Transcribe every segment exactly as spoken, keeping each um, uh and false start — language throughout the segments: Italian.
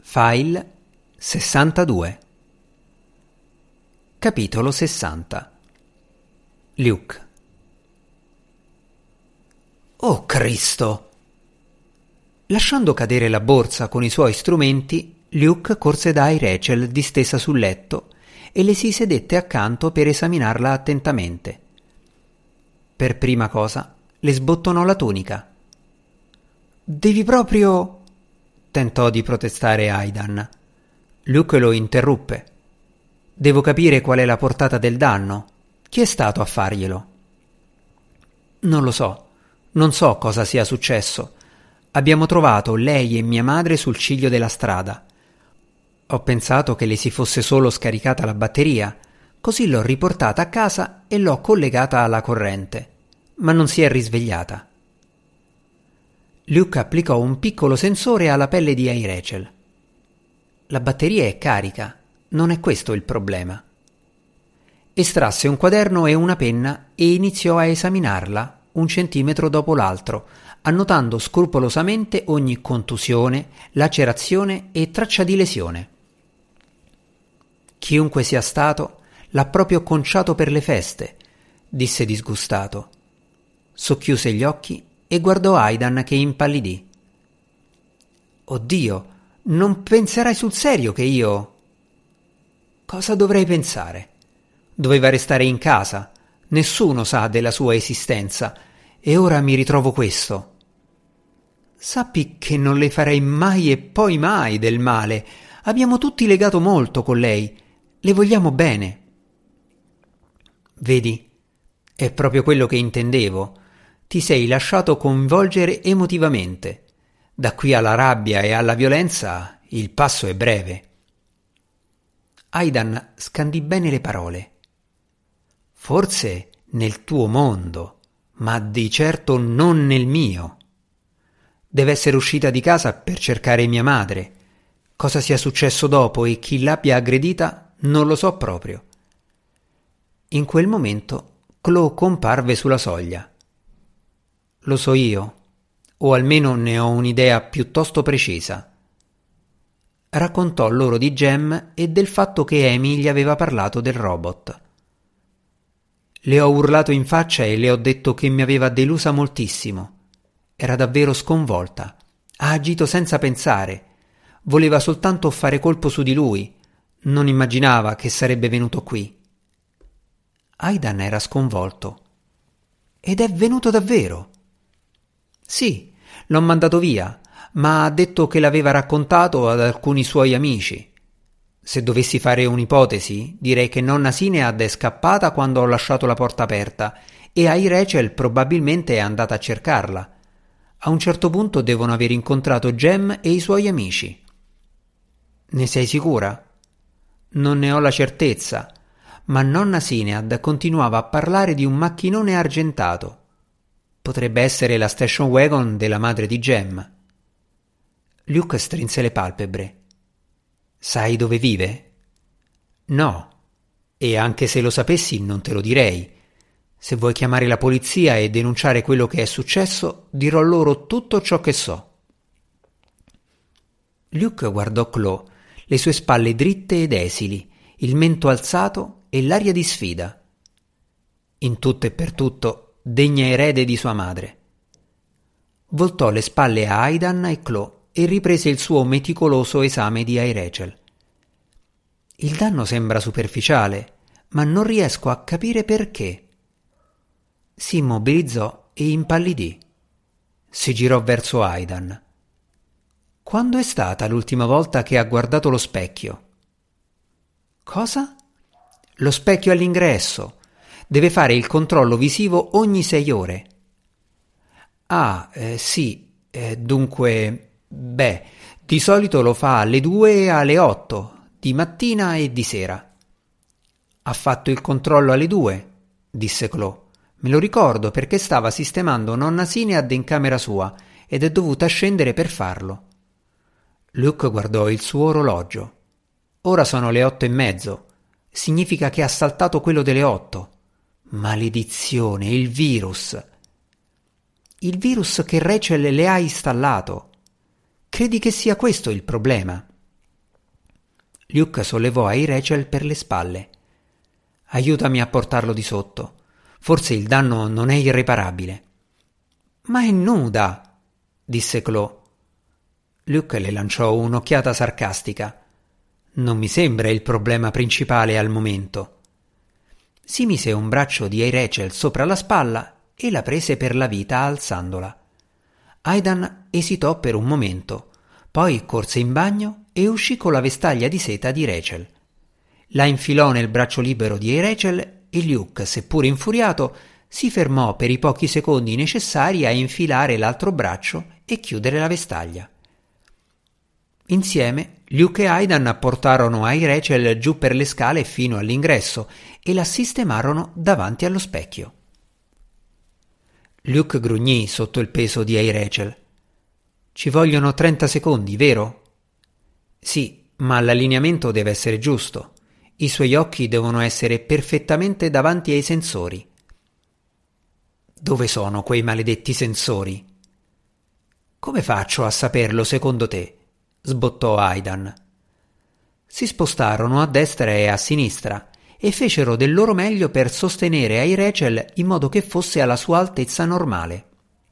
File sessantadue. Capitolo sessanta. Luke. Oh Cristo! Lasciando cadere la borsa con i suoi strumenti, Luke corse da Rachel distesa sul letto e le si sedette accanto per esaminarla attentamente. Per prima cosa le sbottonò la tunica. «Devi proprio...» tentò di protestare Aidan. Luke lo interruppe. «Devo capire qual è la portata del danno. Chi è stato a farglielo?» «Non lo so. Non so cosa sia successo. Abbiamo trovato lei e mia madre sul ciglio della strada. Ho pensato che le si fosse solo scaricata la batteria, così l'ho riportata a casa e l'ho collegata alla corrente, ma non si è risvegliata». Luke applicò un piccolo sensore alla pelle di Rachel. «La batteria è carica, non è questo il problema». Estrasse un quaderno e una penna e iniziò a esaminarla un centimetro dopo l'altro, annotando scrupolosamente ogni contusione, lacerazione e traccia di lesione. «Chiunque sia stato, l'ha proprio conciato per le feste», disse disgustato. Socchiuse gli occhi e guardò Aidan che impallidì. «Oddio, non penserai sul serio che io...» «Cosa dovrei pensare? Doveva restare in casa, nessuno sa della sua esistenza, e ora mi ritrovo questo. Sappi che non le farei mai e poi mai del male, abbiamo tutti legato molto con lei, le vogliamo bene». «Vedi, è proprio quello che intendevo. Ti sei lasciato coinvolgere emotivamente. Da qui alla rabbia e alla violenza il passo è breve». Aidan scandì bene le parole. «Forse nel tuo mondo, ma di certo non nel mio. Deve essere uscita di casa per cercare mia madre. Cosa sia successo dopo e chi l'abbia aggredita non lo so proprio». In quel momento Chloe comparve sulla soglia. «Lo so io, o almeno ne ho un'idea piuttosto precisa». Raccontò loro di Jem e del fatto che Amy gli aveva parlato del robot. «Le ho urlato in faccia e le ho detto che mi aveva delusa moltissimo. Era davvero sconvolta. Ha agito senza pensare. Voleva soltanto fare colpo su di lui. Non immaginava che sarebbe venuto qui». Aidan era sconvolto. «Ed è venuto davvero?» «Sì, l'ho mandato via, ma ha detto che l'aveva raccontato ad alcuni suoi amici. Se dovessi fare un'ipotesi, direi che nonna Sinead è scappata quando ho lasciato la porta aperta e Rachel probabilmente è andata a cercarla. A un certo punto devono aver incontrato Jem e i suoi amici». «Ne sei sicura?» «Non ne ho la certezza, ma nonna Sinead continuava a parlare di un macchinone argentato. Potrebbe essere la station wagon della madre di Jem». Luke strinse le palpebre. «Sai dove vive?» «No, e anche se lo sapessi non te lo direi. Se vuoi chiamare la polizia e denunciare quello che è successo, dirò loro tutto ciò che so». Luke guardò Chloe, le sue spalle dritte ed esili, il mento alzato e l'aria di sfida. In tutto e per tutto degna erede di sua madre. Voltò le spalle a Aidan e Chloe e riprese il suo meticoloso esame di Rachel. «Il danno sembra superficiale, ma non riesco a capire perché». Si immobilizzò e impallidì. Si girò verso Aidan. «Quando è stata l'ultima volta che ha guardato lo specchio?» «Cosa?» «Lo specchio all'ingresso. Deve fare il controllo visivo ogni sei ore». «Ah, eh, sì, eh, dunque... Beh, di solito lo fa alle due e alle otto, di mattina e di sera». «Ha fatto il controllo alle due», disse Chloe. «Me lo ricordo perché stava sistemando nonna Sinead in camera sua ed è dovuta scendere per farlo». Luke guardò il suo orologio. «Ora sono le otto e mezzo. Significa che ha saltato quello delle otto. Maledizione, il virus!» «Il virus che Rachel le ha installato. Credi che sia questo il problema?» Luke sollevò a Rachel per le spalle. «Aiutami a portarlo di sotto. Forse il danno non è irreparabile». «Ma è nuda», disse Chloe. Luke le lanciò un'occhiata sarcastica. «Non mi sembra il problema principale al momento». Si mise un braccio di Rachel sopra la spalla e la prese per la vita alzandola. Aidan esitò per un momento, poi corse in bagno e uscì con la vestaglia di seta di Rachel. La infilò nel braccio libero di Rachel e Luke, seppur infuriato, si fermò per i pochi secondi necessari a infilare l'altro braccio e chiudere la vestaglia. Insieme Luke e Aidan portarono Rachel giù per le scale fino all'ingresso e la sistemarono davanti allo specchio. Luke grugnì sotto il peso di Rachel. «Ci vogliono trenta secondi, vero?» «Sì, ma l'allineamento deve essere giusto. I suoi occhi devono essere perfettamente davanti ai sensori». «Dove sono quei maledetti sensori?» «Come faccio a saperlo secondo te?» sbottò Aidan. Si spostarono a destra e a sinistra e fecero del loro meglio per sostenere Rachel in modo che fosse alla sua altezza normale.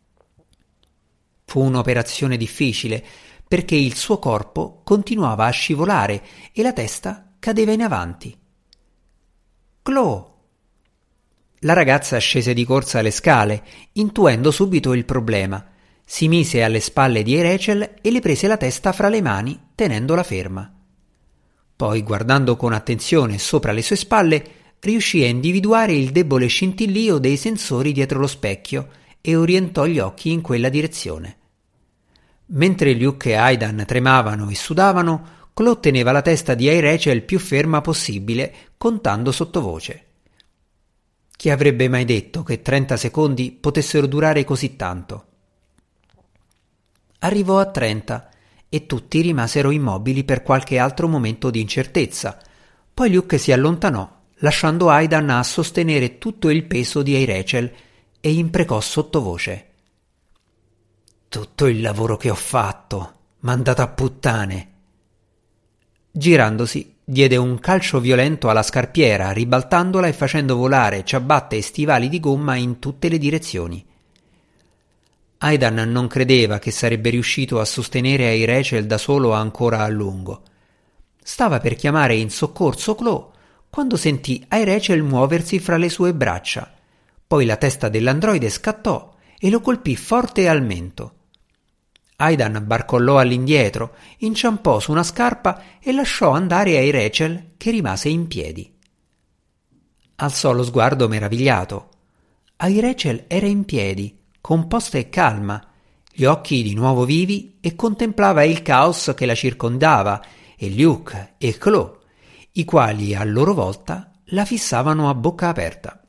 Fu un'operazione difficile perché il suo corpo continuava a scivolare e la testa cadeva in avanti. «Chloe!» La ragazza scese di corsa le scale, intuendo subito il problema. Si mise alle spalle di Rachel e le prese la testa fra le mani, tenendola ferma. Poi, guardando con attenzione sopra le sue spalle, riuscì a individuare il debole scintillio dei sensori dietro lo specchio e orientò gli occhi in quella direzione. Mentre Luke e Aidan tremavano e sudavano, Chloe teneva la testa di Rachel più ferma possibile, contando sottovoce. Chi avrebbe mai detto che trenta secondi potessero durare così tanto? Arrivò a trenta e tutti rimasero immobili per qualche altro momento di incertezza. Poi Luke si allontanò, lasciando Aidan a sostenere tutto il peso di Rachel e imprecò sottovoce. «Tutto il lavoro che ho fatto, mandato a puttane!» Girandosi, diede un calcio violento alla scarpiera, ribaltandola e facendo volare ciabatte e stivali di gomma in tutte le direzioni. Aidan non credeva che sarebbe riuscito a sostenere Rachel da solo ancora a lungo. Stava per chiamare in soccorso Chloe quando sentì Rachel muoversi fra le sue braccia. Poi la testa dell'androide scattò e lo colpì forte al mento. Aidan barcollò all'indietro, inciampò su una scarpa e lasciò andare Rachel, che rimase in piedi. Alzò lo sguardo meravigliato. Rachel era in piedi, composta e calma, gli occhi di nuovo vivi, e contemplava il caos che la circondava, e Luke e Chloe, i quali a loro volta la fissavano a bocca aperta.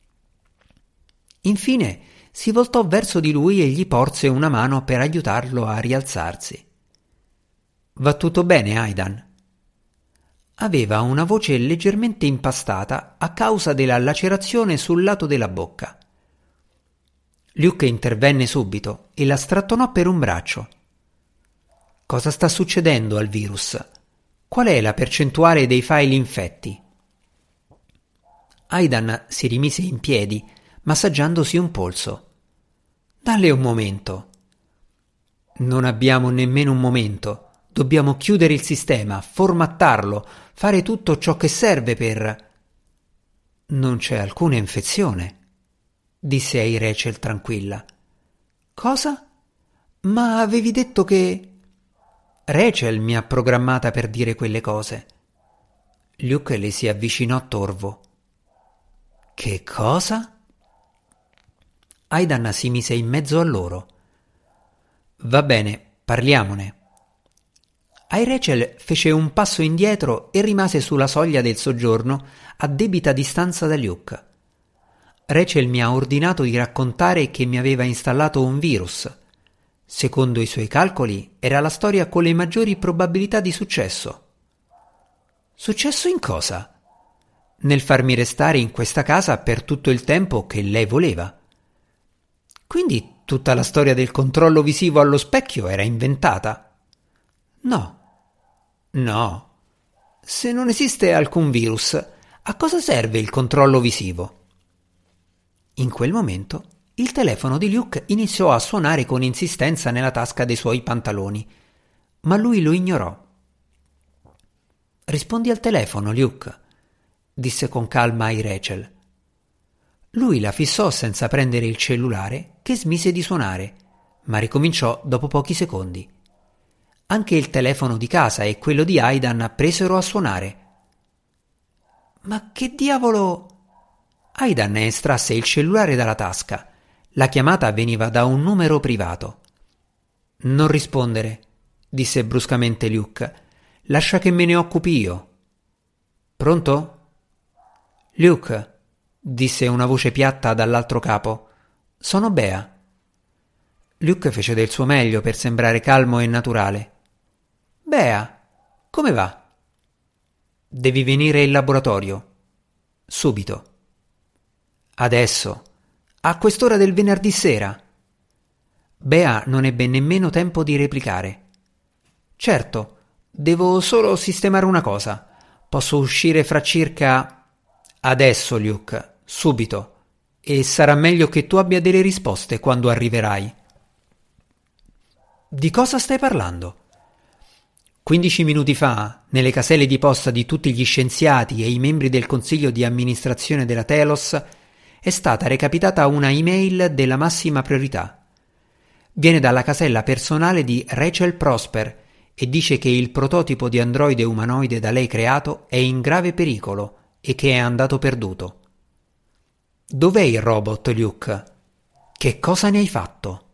Infine si voltò verso di lui e gli porse una mano per aiutarlo a rialzarsi. «Va tutto bene, Aidan?» Aveva una voce leggermente impastata a causa della lacerazione sul lato della bocca. Luke intervenne subito e la strattonò per un braccio. «Cosa sta succedendo al virus? Qual è la percentuale dei file infetti?» Aidan si rimise in piedi, massaggiandosi un polso. «Dalle un momento». «Non abbiamo nemmeno un momento. Dobbiamo chiudere il sistema, formattarlo, fare tutto ciò che serve per...» «Non c'è alcuna infezione», disse Rachel tranquilla. «Cosa? Ma avevi detto che...» «Rachel mi ha programmata per dire quelle cose». Luke le si avvicinò torvo. «Che cosa?» Aidan si mise in mezzo a loro. «Va bene, parliamone». Rachel fece un passo indietro e rimase sulla soglia del soggiorno a debita distanza da Luke. Rachel mi ha ordinato di raccontare che mi aveva installato un virus. Secondo i suoi calcoli era la storia con le maggiori probabilità di successo. Successo in cosa? Nel farmi restare in questa casa per tutto il tempo che lei voleva. Quindi tutta la storia del controllo visivo allo specchio era inventata? No. No. se non esiste alcun virus, a cosa serve il controllo visivo? In quel momento il telefono di Luke iniziò a suonare con insistenza nella tasca dei suoi pantaloni, ma lui lo ignorò. «Rispondi al telefono, Luke», disse con calma a Rachel. Lui la fissò senza prendere il cellulare, che smise di suonare, ma ricominciò dopo pochi secondi. Anche il telefono di casa e quello di Aidan presero a suonare. «Ma che diavolo...» Aidan estrasse il cellulare dalla tasca. La chiamata veniva da un numero privato. «Non rispondere», disse bruscamente Luke. «Lascia che me ne occupi io». «Pronto?» «Luke», disse una voce piatta dall'altro capo. «Sono Bea». Luke fece del suo meglio per sembrare calmo e naturale. «Bea, come va?» «Devi venire in laboratorio. Subito». «Adesso? A quest'ora del venerdì sera?» Bea non ebbe nemmeno tempo di replicare. «Certo, devo solo sistemare una cosa. Posso uscire fra circa...» «Adesso, Luke, subito. E sarà meglio che tu abbia delle risposte quando arriverai». «Di cosa stai parlando?» Quindici minuti fa, nelle caselle di posta di tutti gli scienziati e i membri del consiglio di amministrazione della Telos è stata recapitata una email della massima priorità. Viene dalla casella personale di Rachel Prosper e dice che il prototipo di androide umanoide da lei creato è in grave pericolo e che è andato perduto. «Dov'è il robot, Luke? Che cosa ne hai fatto?»